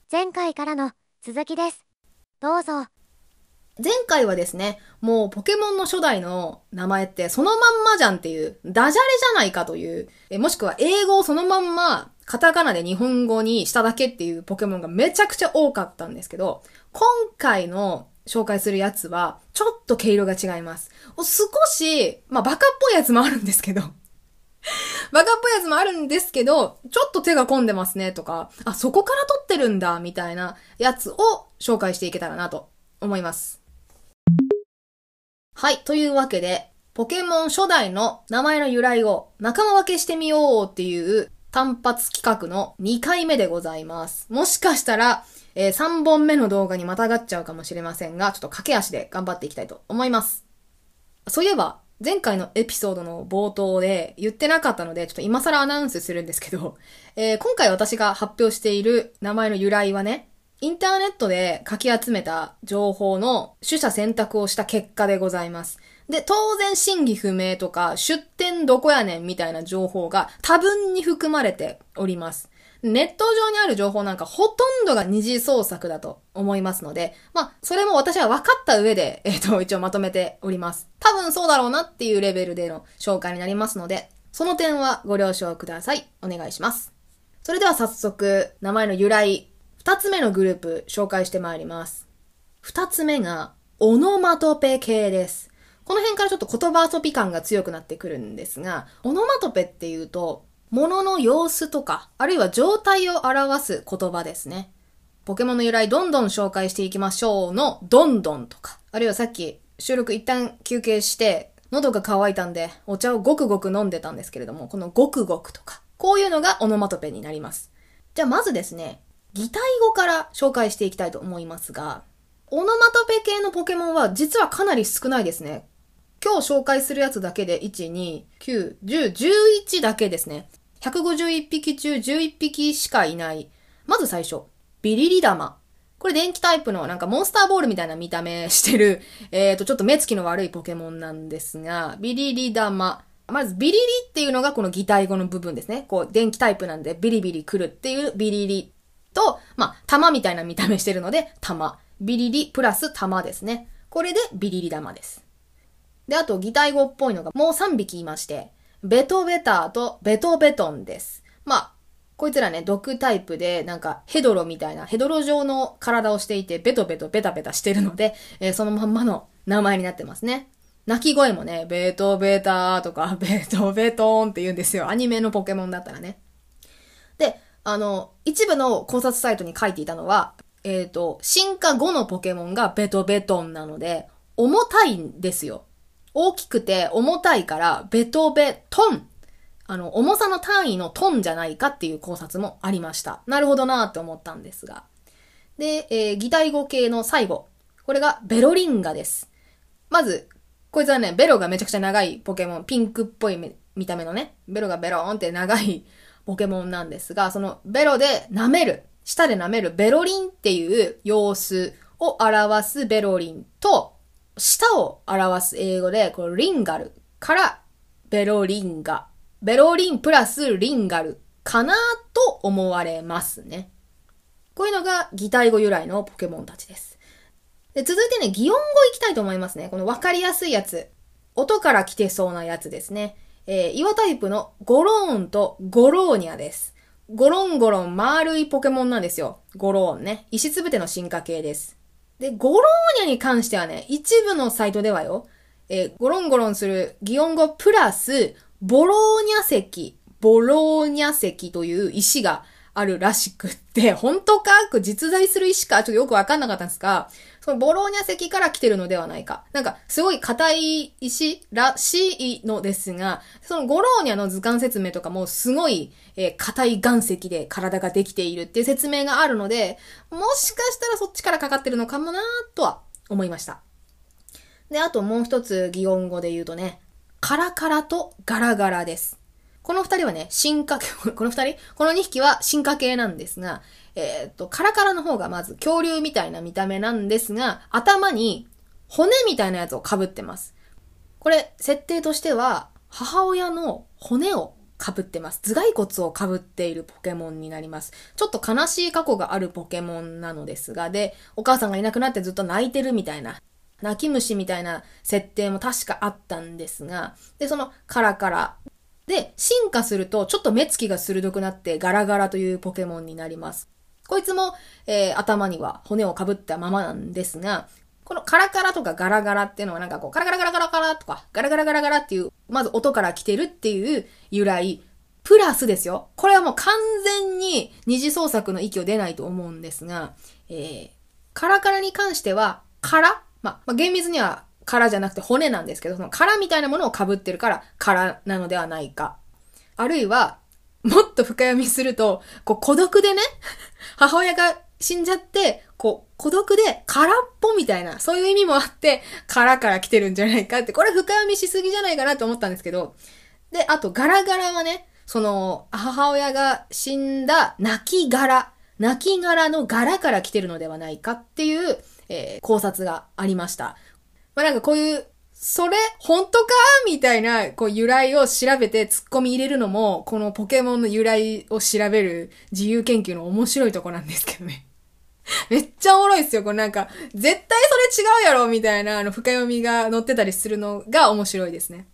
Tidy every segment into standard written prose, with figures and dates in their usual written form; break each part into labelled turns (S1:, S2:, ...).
S1: 前回からの続きです。どうぞ。
S2: 前回はですね、もうポケモンの初代の名前ってそのまんまじゃんっていう、ダジャレじゃないかという、もしくは英語をそのまんまカタカナで日本語にしただけっていうポケモンがめちゃくちゃ多かったんですけど、今回の紹介するやつはちょっと毛色が違います。少し、バカっぽいやつもあるんですけど、バカっぽいやつもあるんですけど、ちょっと手が込んでますねとか、あ、そこから撮ってるんだみたいなやつを紹介していけたらなと思います。はい。というわけで、ポケモン初代の名前の由来を仲間分けしてみようっていう単発企画の2回目でございます。もしかしたら、3本目の動画にまたがっちゃうかもしれませんが、ちょっと駆け足で頑張っていきたいと思います。そういえば、前回のエピソードの冒頭で言ってなかったので、ちょっと今更アナウンスするんですけど、今回私が発表している名前の由来はね、インターネットでかき集めた情報の取捨選択をした結果でございます。で、当然真偽不明とか出典どこやねんみたいな情報が多分に含まれております。ネット上にある情報なんかほとんどが二次創作だと思いますので、それも私は分かった上で、一応まとめております。多分そうだろうなっていうレベルでの紹介になりますので、その点はご了承ください。お願いします。それでは早速、名前の由来、二つ目のグループ紹介してまいります。二つ目が、オノマトペ系です。この辺からちょっと言葉遊び感が強くなってくるんですが、オノマトペっていうと、物の様子とか、あるいは状態を表す言葉ですね。ポケモンの由来どんどん紹介していきましょうのどんどんとか、あるいはさっき収録一旦休憩して、喉が渇いたんでお茶をごくごく飲んでたんですけれども、このごくごくとか、こういうのがオノマトペになります。じゃあまずですね、擬態語から紹介していきたいと思いますが、オノマトペ系のポケモンは実はかなり少ないですね。今日紹介するやつだけで1、2、9、10、11だけですね。151匹中11匹しかいない。まず最初、ビリリ玉。これ電気タイプのなんかモンスターボールみたいな見た目してる、ちょっと目つきの悪いポケモンなんですが、ビリリ玉。まずビリリっていうのがこの擬態語の部分ですね。こう電気タイプなんでビリビリ来るっていうビリリと、玉みたいな見た目してるので、玉。ビリリプラス玉ですね。これでビリリ玉です。で、あと擬態語っぽいのがもう3匹いまして、ベトベターとベトベトンです。こいつらね、毒タイプで、なんかヘドロみたいな、ヘドロ状の体をしていて、ベトベトベタベタしてるので、そのまんまの名前になってますね。鳴き声もね、ベトベターとか、ベトベトーンって言うんですよ。アニメのポケモンだったらね。で、一部の考察サイトに書いていたのは、進化後のポケモンがベトベトンなので、重たいんですよ。大きくて重たいから、ベトベトン。重さの単位のトンじゃないかっていう考察もありました。なるほどなーって思ったんですが。で、擬態語系の最後。これがベロリンガです。まず、こいつはね、ベロがめちゃくちゃ長いポケモン、ピンクっぽい見た目のね、ベロがベローンって長いポケモンなんですが、そのベロで舐める、舌で舐めるベロリンっていう様子を表すベロリンと、舌を表す英語で、これリンガルからベロリンガ。ベロリンプラスリンガルかなと思われますね。こういうのが擬態語由来のポケモンたちです。で、続いてね、擬音語いきたいと思いますね。このわかりやすいやつ。音から来てそうなやつですね。岩タイプのゴローンとゴローニャです。ゴロンゴロン丸いポケモンなんですよ。ゴローンね。石つぶての進化系です。で、ゴローニャに関してはね、一部のサイトではよ、ゴロンゴロンする擬音語プラス、ボローニャ石という石があるらしくって、本当か実在する石かちょっとよくわかんなかったんですが、そのボローニャ石から来てるのではないか。なんか、すごい硬い石らしいのですが、そのゴローニャの図鑑説明とかもすごい、硬い岩石で体ができているっていう説明があるので、もしかしたらそっちからかかってるのかもなとは思いました。で、あともう一つ擬音語で言うとね、カラカラとガラガラです。この二人はね、この二匹は進化系なんですが、カラカラの方がまず恐竜みたいな見た目なんですが、頭に骨みたいなやつを被ってます。これ、設定としては、母親の骨を被ってます。頭蓋骨を被っているポケモンになります。ちょっと悲しい過去があるポケモンなのですが、で、お母さんがいなくなってずっと泣いてるみたいな、泣き虫みたいな設定も確かあったんですが、で、そのカラカラ。で、進化するとちょっと目つきが鋭くなってガラガラというポケモンになります。こいつも、頭には骨を被ったままなんですが、このカラカラとかガラガラっていうのはなんかこうカラガラガラガラガラとかガラガラガラガラっていうまず音から来てるっていう由来プラスですよ。これはもう完全に二次創作の域を出ないと思うんですが、カラカラに関しては殻厳密には殻じゃなくて骨なんですけど、その殻みたいなものを被ってるから殻なのではないか。あるいはもっと深読みすると、こう孤独でね、母親が死んじゃって、こう孤独で空っぽみたいな、そういう意味もあって、殻から来てるんじゃないかって、これ深読みしすぎじゃないかなと思ったんですけど、で、あとガラガラはね、その母親が死んだ亡き殻の柄から来てるのではないかっていう、考察がありました。なんかこういうそれ本当かみたいなこう由来を調べて突っ込み入れるのもこのポケモンの由来を調べる自由研究の面白いとこなんですけどね。めっちゃおもろいっすよ。これなんか絶対それ違うやろみたいな深読みが載ってたりするのが面白いですね。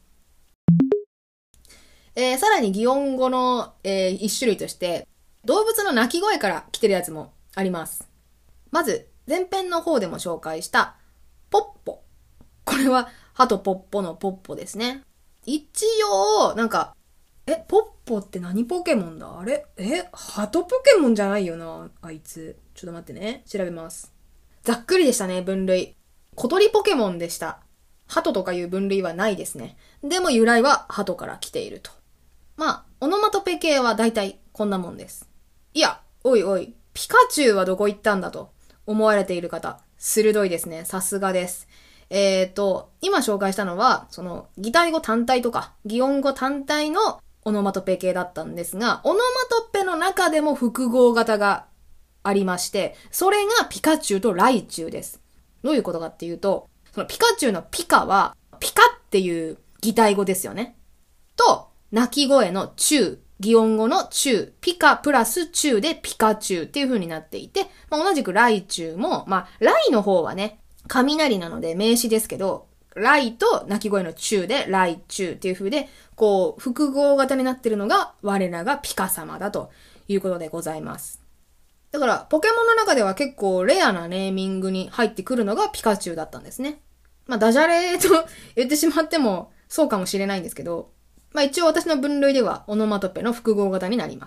S2: さらに擬音語の、一種類として動物の鳴き声から来てるやつもあります。まず前編の方でも紹介したポッポ。これはハトポッポのポッポですね。一応、なんか、ポッポって何ポケモンだあれハトポケモンじゃないよなあいつ。ちょっと待ってね。調べます。ざっくりでしたね、分類。小鳥ポケモンでした。ハトとかいう分類はないですね。でも由来はハトから来ていると。オノマトペ系はだいたいこんなもんです。いや、おいおい、ピカチュウはどこ行ったんだと思われている方、鋭いですね。さすがです。今紹介したのは、その、擬態語単体とか、擬音語単体のオノマトペ系だったんですが、オノマトペの中でも複合型がありまして、それがピカチュウとライチュウです。どういうことかっていうと、そのピカチュウのピカは、ピカっていう擬態語ですよね。と、鳴き声のチュウ、擬音語のチュウ、ピカプラスチュウでピカチュウっていう風になっていて、同じくライチュウも、ライの方はね、雷なので名詞ですけど、ライと鳴き声のチュウでライチュウっていう風で、こう、複合型になってるのが我らがピカ様だということでございます。だから、ポケモンの中では結構レアなネーミングに入ってくるのがピカチュウだったんですね。ダジャレと言ってしまってもそうかもしれないんですけど、一応私の分類ではオノマトペの複合型になります。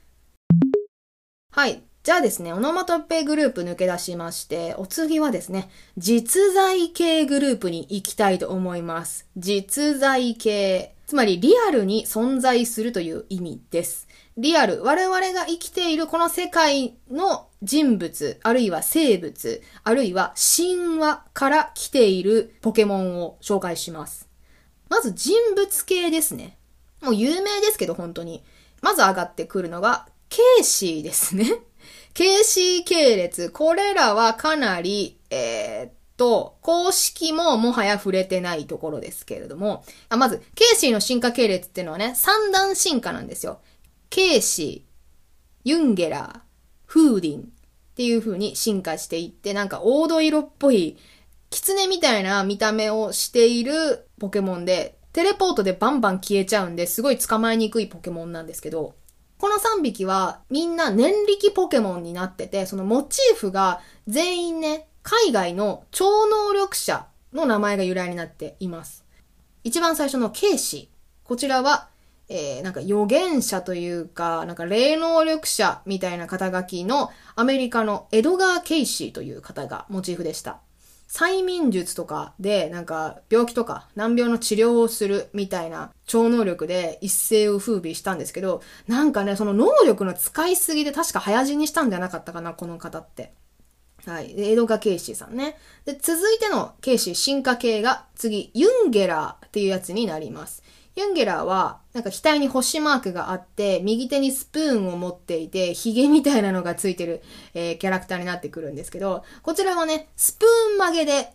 S2: はい。じゃあですね、オノマトペグループ抜け出しまして、お次はですね、実在系グループに行きたいと思います。実在系。つまりリアルに存在するという意味です。リアル。我々が生きているこの世界の人物、あるいは生物、あるいは神話から来ているポケモンを紹介します。まず人物系ですね。もう有名ですけど本当に。まず上がってくるのが、ケイシーですね。ケイシー系列。これらはかなり、公式ももはや触れてないところですけれども。まず、ケイシーの進化系列っていうのはね、三段進化なんですよ。ケイシー、ユンゲラー、フーディンっていう風に進化していって、なんか黄土色っぽい、狐みたいな見た目をしているポケモンで、テレポートでバンバン消えちゃうんで、すごい捕まえにくいポケモンなんですけど、この3匹はみんな念力ポケモンになってて、そのモチーフが全員ね、海外の超能力者の名前が由来になっています。一番最初のケイシー。こちらは、なんか預言者というか、なんか霊能力者みたいな肩書きのアメリカのエドガー・ケイシーという方がモチーフでした。催眠術とかでなんか病気とか難病の治療をするみたいな超能力で一世を風靡したんですけど、なんかね、その能力の使いすぎで確か早死にしたんじゃなかったかな、この方って。はい。エドガ・ケイシーさんね。で、続いてのケイシー進化系が次、ユンゲラーっていうやつになります。ユンゲラーは、なんか額に星マークがあって、右手にスプーンを持っていて、ヒゲみたいなのがついてる、キャラクターになってくるんですけど、こちらはね、スプーン曲げで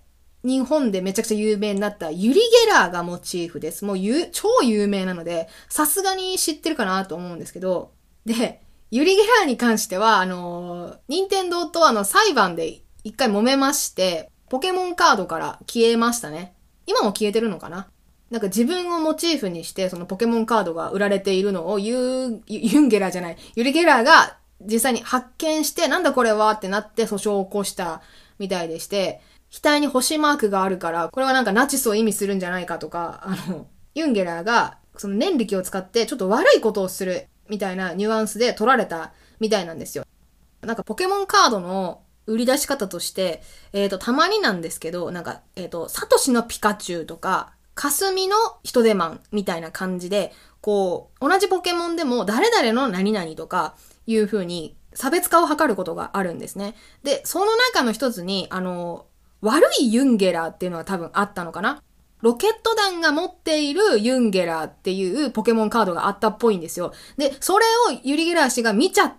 S2: 日本でめちゃくちゃ有名になったユリ・ゲラーがモチーフです。もう超有名なので、さすがに知ってるかなと思うんですけど、で、ユリ・ゲラーに関しては、任天堂と裁判で一回揉めまして、ポケモンカードから消えましたね。今も消えてるのかな。なんか自分をモチーフにして、そのポケモンカードが売られているのをユンゲラーじゃない、ユリ・ゲラーが実際に発見して、なんだこれはってなって訴訟を起こしたみたいでして、額に星マークがあるから、これはなんかナチスを意味するんじゃないかとか、ユンゲラーがその念力を使ってちょっと悪いことをするみたいなニュアンスで取られたみたいなんですよ。なんかポケモンカードの売り出し方として、たまになんですけど、なんか、サトシのピカチュウとか、カスミのヒトデマンみたいな感じで、こう、同じポケモンでも誰々の何々とかいう風に差別化を図ることがあるんですね。で、その中の一つに、悪いユンゲラーっていうのが多分あったのかな。ロケット弾が持っているユンゲラーっていうポケモンカードがあったっぽいんですよ。で、それをユリゲラー氏が見ちゃって、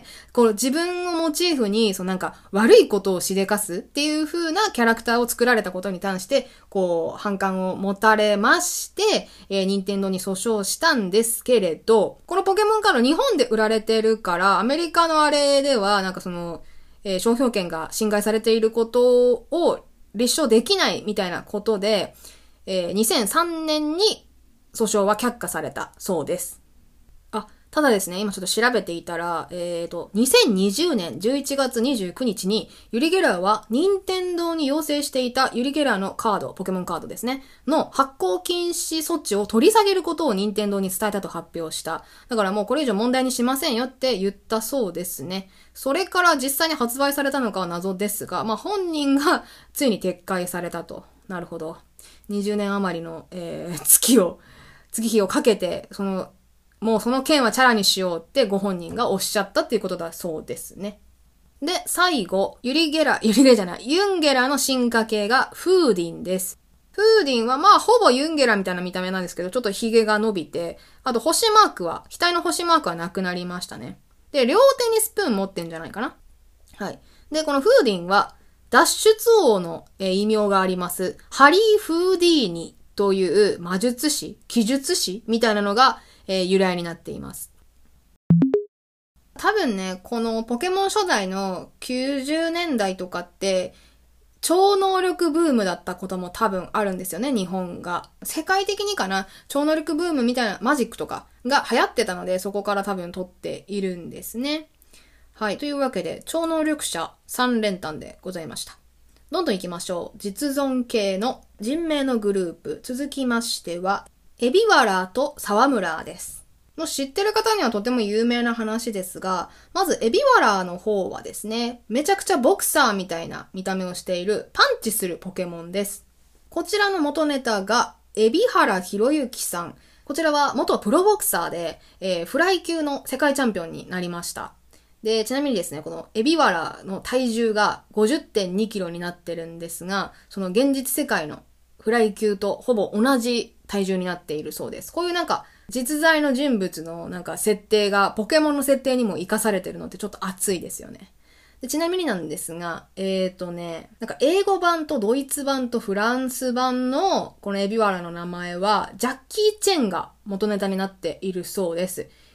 S2: こう自分をモチーフに、なんか悪いことをしでかすっていう風なキャラクターを作られたことに対して、こう反感を持たれまして、任天堂に訴訟したんですけれど、このポケモンカード日本で売られてるから、アメリカのあれでは、なんか商標権が侵害されていることを立証できないみたいなことで、2003年に訴訟は却下されたそうです。ただですね、今ちょっと調べていたら、2020年11月29日に、ユリゲラーは任天堂に要請していたユリゲラーのカード、ポケモンカードですね、の発行禁止措置を取り下げることを任天堂に伝えたと発表した。だからもうこれ以上問題にしませんよって言ったそうですね。それから実際に発売されたのかは謎ですが、本人がついに撤回されたと。なるほど。20年余りの、月日をかけて、もうその件はチャラにしようってご本人がおっしゃったっていうことだそうですね。で、最後、ユンゲラーの進化系がフーディンです。フーディンはほぼユンゲラーみたいな見た目なんですけど、ちょっとヒゲが伸びて、あと額の星マークはなくなりましたね。で、両手にスプーン持ってんじゃないかな。はい。で、このフーディンは、脱出王の異名があります。ハリー・フーディーニという魔術師、奇術師みたいなのが、由来になっています。多分ね、このポケモン初代の90年代とかって、超能力ブームだったことも多分あるんですよね、日本が。世界的にかな、超能力ブームみたいなマジックとかが流行ってたので、そこから多分取っているんですね。はい。というわけで、超能力者3連単でございました。どんどん行きましょう。実存系の人名のグループ。続きましては、エビワラーと沢村です。もう知ってる方にはとても有名な話ですが、まずエビワラーの方はですね、めちゃくちゃボクサーみたいな見た目をしているパンチするポケモンです。こちらの元ネタが、海老原博之さん。こちらは元プロボクサーで、フライ級の世界チャンピオンになりました。で、ちなみにですね、このエビワラの体重が 50.2 キロになってるんですが、その現実世界のフライ級とほぼ同じ体重になっているそうです。こういうなんか実在の人物のなんか設定がポケモンの設定にも活かされてるのってちょっと熱いですよね。でちなみになんですが、なんか英語版とドイツ版とフランス版のこのエビワラの名前はジャッキー・チェンが元ネタになっているそうです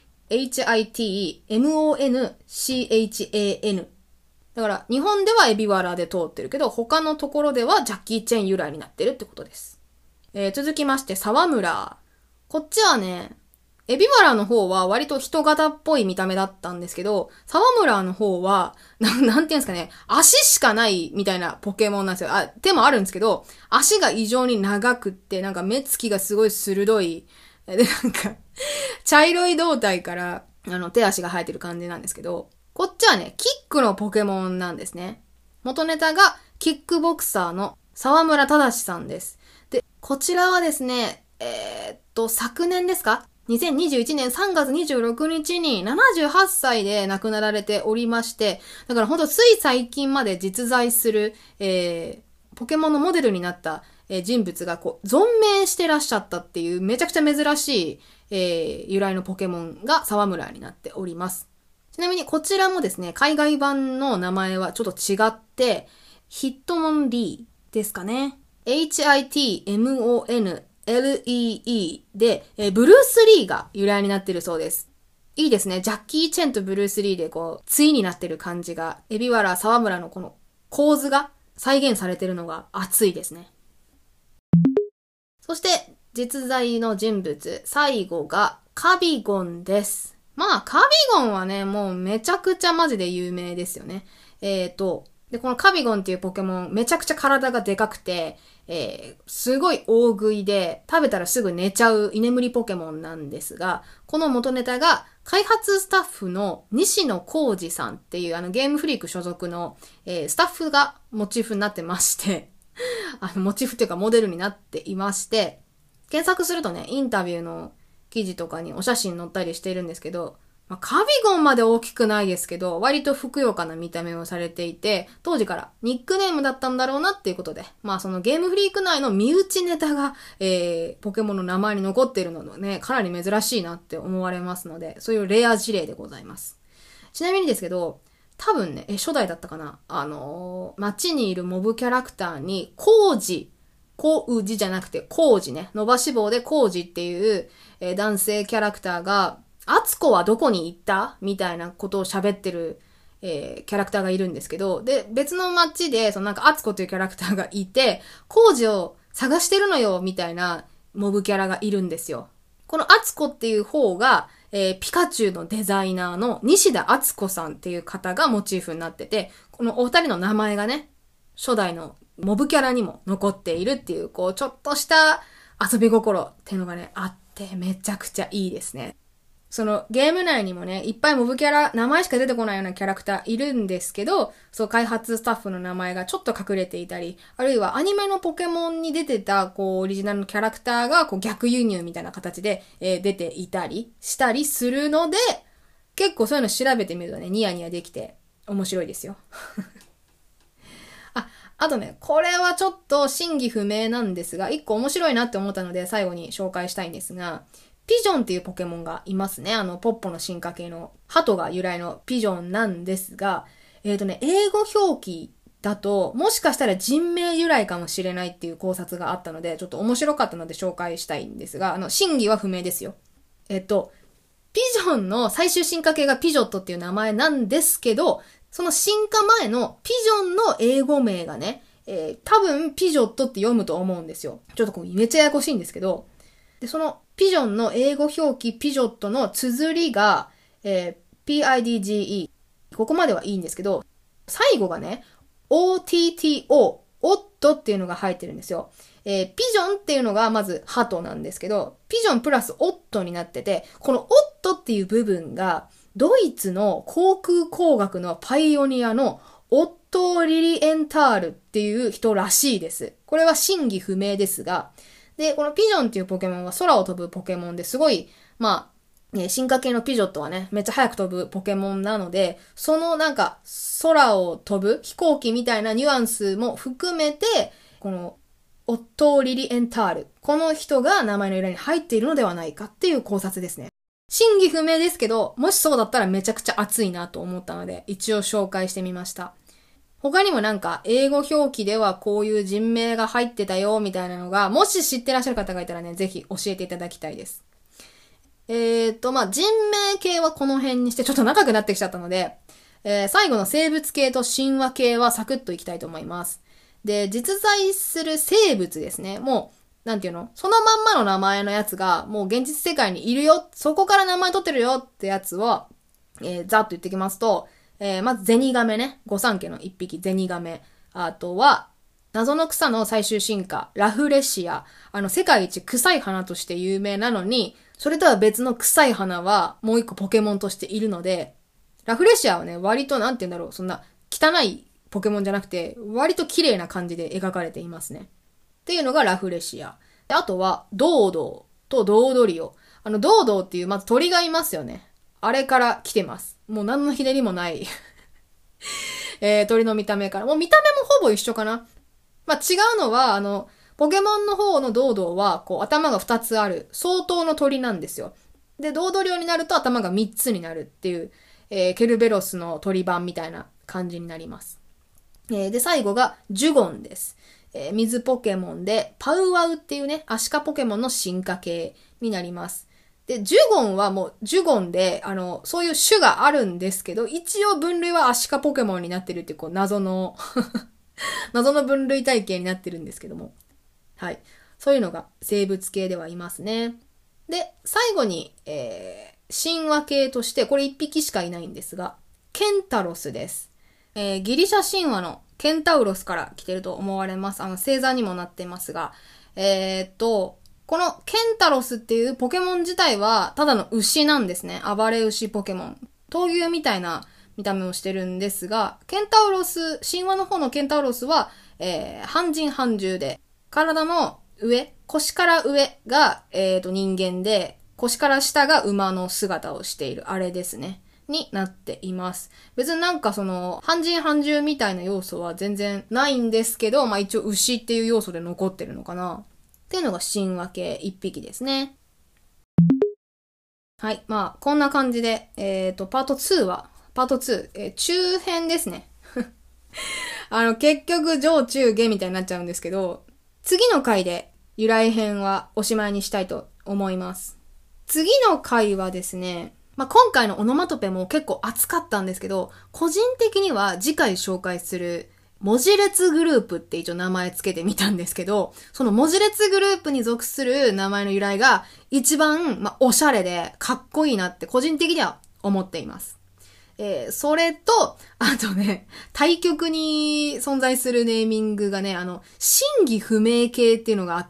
S2: 。HITMONCHAN。だから日本ではエビワラで通ってるけど、他のところではジャッキー・チェン由来になってるってことです。続きまして、沢村。こっちはね、エビワラの方は割と人型っぽい見た目だったんですけど、沢村の方は、なんていうんですかね、足しかないみたいなポケモンなんですよ。手もあるんですけど、足が異常に長くって、なんか目つきがすごい鋭い。で、なんか、茶色い胴体から、手足が生えてる感じなんですけど、こっちはね、キックのポケモンなんですね。元ネタが、キックボクサーの沢村忠さんです。で、こちらはですね、昨年ですか ?2021 年3月26日に78歳で亡くなられておりまして、だからほんとつい最近まで実在する、ポケモンのモデルになった人物がこう、存命してらっしゃったっていうめちゃくちゃ珍しい、由来のポケモンが沢村になっております。ちなみにこちらもですね、海外版の名前はちょっと違って、ヒットモンリーですかね。HITMONLEE で、ブルース・リーが由来になっているそうです。いいですね。ジャッキー・チェンとブルース・リーで対になってる感じが、海老原沢村のこの構図が再現されてるのが熱いですね。そして、実在の人物、最後がカビゴンです。まあ、カビゴンはね、もうめちゃくちゃマジで有名ですよね。で、このカビゴンっていうポケモン、めちゃくちゃ体がでかくて、すごい大食いで、食べたらすぐ寝ちゃう居眠りポケモンなんですが、この元ネタが、開発スタッフの西野幸治さんっていうゲームフリーク所属の、スタッフがモチーフになってまして、モチーフっていうかモデルになっていまして、検索するとね、インタビューの記事とかにお写真載ったりしているんですけど、カビゴンまで大きくないですけど、割とふくよかな見た目をされていて、当時からニックネームだったんだろうなっていうことで、そのゲームフリーク内の身内ネタが、ポケモンの名前に残っているのでね、かなり珍しいなって思われますので、そういうレア事例でございます。ちなみにですけど、多分ね、初代だったかな、街にいるモブキャラクターに、コウジじゃなくて、コウジね。伸ばし棒でコウジっていう、男性キャラクターが、アツコはどこに行ったみたいなことを喋ってる、キャラクターがいるんですけど、で、別の街で、アツコというキャラクターがいて、コウジを探してるのよ、みたいなモブキャラがいるんですよ。このアツコっていう方が、ピカチュウのデザイナーの西田敦子さんっていう方がモチーフになってて、このお二人の名前がね、初代のモブキャラにも残っているっていう、ちょっとした遊び心っていうのがね、あって、めちゃくちゃいいですね。そのゲーム内にもね、いっぱいモブキャラ、名前しか出てこないようなキャラクターいるんですけど、そう開発スタッフの名前がちょっと隠れていたり、あるいはアニメのポケモンに出てた、オリジナルのキャラクターが、逆輸入みたいな形で、出ていたりしたりするので、結構そういうの調べてみるとね、ニヤニヤできて面白いですよ。あとね、これはちょっと真偽不明なんですが、一個面白いなって思ったので最後に紹介したいんですが、ピジョンっていうポケモンがいますね。ポッポの進化系の鳩が由来のピジョンなんですが、英語表記だと、もしかしたら人名由来かもしれないっていう考察があったので、ちょっと面白かったので紹介したいんですが、真偽は不明ですよ。ピジョンの最終進化系がピジョットっていう名前なんですけど、その進化前のピジョンの英語名がね、多分ピジョットって読むと思うんですよ。ちょっとめっちゃややこしいんですけど、で、そのピジョンの英語表記ピジョットの綴りが、PIDGE。ここまではいいんですけど、最後がね、OTTO、オットっていうのが入ってるんですよ。ピジョンっていうのがまずハトなんですけど、ピジョンプラスオットになってて、このオットっていう部分が、ドイツの航空工学のパイオニアのオット・リリエンタールっていう人らしいです。これは真偽不明ですが、で、このピジョンっていうポケモンは空を飛ぶポケモンですごい、進化系のピジョットはね、めっちゃ早く飛ぶポケモンなので、その空を飛ぶ飛行機みたいなニュアンスも含めて、このオットー・リリエンタール、この人が名前の由来に入っているのではないかっていう考察ですね。真偽不明ですけど、もしそうだったらめちゃくちゃ熱いなと思ったので、一応紹介してみました。他にも英語表記ではこういう人名が入ってたよ、みたいなのが、もし知ってらっしゃる方がいたらね、ぜひ教えていただきたいです。人名系はこの辺にしてちょっと長くなってきちゃったので、最後の生物系と神話系はサクッといきたいと思います。で、実在する生物ですね。もう、そのまんまの名前のやつが、もう現実世界にいるよ、そこから名前取ってるよってやつは、ざっと言ってきますと、まずゼニガメね。御三家の一匹、ゼニガメ。あとは、謎の草の最終進化、ラフレシア。世界一臭い花として有名なのに、それとは別の臭い花はもう一個ポケモンとしているので、ラフレシアはね、割とそんな汚いポケモンじゃなくて、割と綺麗な感じで描かれていますね。っていうのがラフレシア。であとは、ドードーとドードリオ。ドードーっていうまず鳥がいますよね。あれから来てます。もう何のひねりもない、鳥の見た目から。もう見た目もほぼ一緒かな。違うのは、ポケモンの方のドードーは、頭が2つある、相当の鳥なんですよ。で、ドードリオになると頭が3つになるっていう、ケルベロスの鳥版みたいな感じになります。で、最後がジュゴンです。 水ポケモンで、パウワウっていうね、アシカポケモンの進化系になります。で、ジュゴンはもう、ジュゴンで、そういう種があるんですけど、一応分類はアシカポケモンになってるっていう、こう、謎の謎の分類体系になってるんですけども。はい。そういうのが生物系ではいますね。で、最後に、神話系として、これ一匹しかいないんですが、ケンタロスです。ギリシャ神話のケンタウロスから来てると思われます。星座にもなってますが、このケンタロスっていうポケモン自体はただの牛なんですね。暴れ牛ポケモン。闘牛みたいな見た目をしてるんですが、ケンタウロス、神話の方のケンタウロスは、半人半獣で、体の上、腰から上が、人間で、腰から下が馬の姿をしている、あれですね。になっています。別になんか半人半獣みたいな要素は全然ないんですけど、まあ一応牛っていう要素で残ってるのかな。っていうのが神話系一匹ですね。はい。まあ、こんな感じで、パート2、中編ですね。結局、上中下みたいになっちゃうんですけど、次の回で由来編はおしまいにしたいと思います。次の回はですね、まあ、今回のオノマトペも結構熱かったんですけど、個人的には次回紹介する文字列グループって一応名前つけてみたんですけど、その文字列グループに属する名前の由来が一番、まあ、おしゃれでかっこいいなって個人的には思っています。それと、あとね、対極に存在するネーミングがね、真偽不明系っていうのがあって、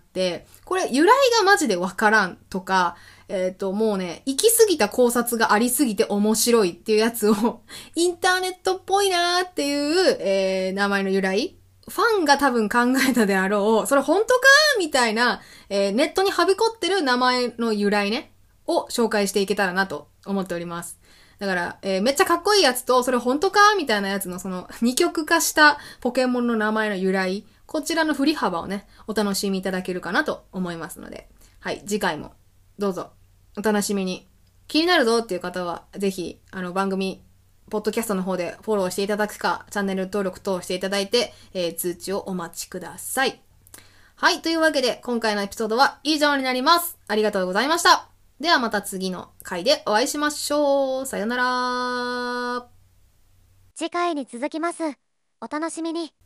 S2: これ由来がマジでわからんとか、もうね、行き過ぎた考察がありすぎて面白いっていうやつを、インターネットっぽいなーっていう、名前の由来。ファンが多分考えたであろう、それ本当かーみたいな、ネットにはびこってる名前の由来ね、を紹介していけたらなと思っております。だから、めっちゃかっこいいやつと、それ本当かみたいなやつのその二極化したポケモンの名前の由来、こちらの振り幅をね、お楽しみいただけるかなと思いますので、はい、次回もどうぞお楽しみに。気になるぞっていう方は、ぜひ、番組、ポッドキャストの方でフォローしていただくか、チャンネル登録等していただいて、通知をお待ちください。はい、というわけで、今回のエピソードは以上になります。ありがとうございました。ではまた次の回でお会いしましょう。さよなら。
S1: 次回に続きます。お楽しみに。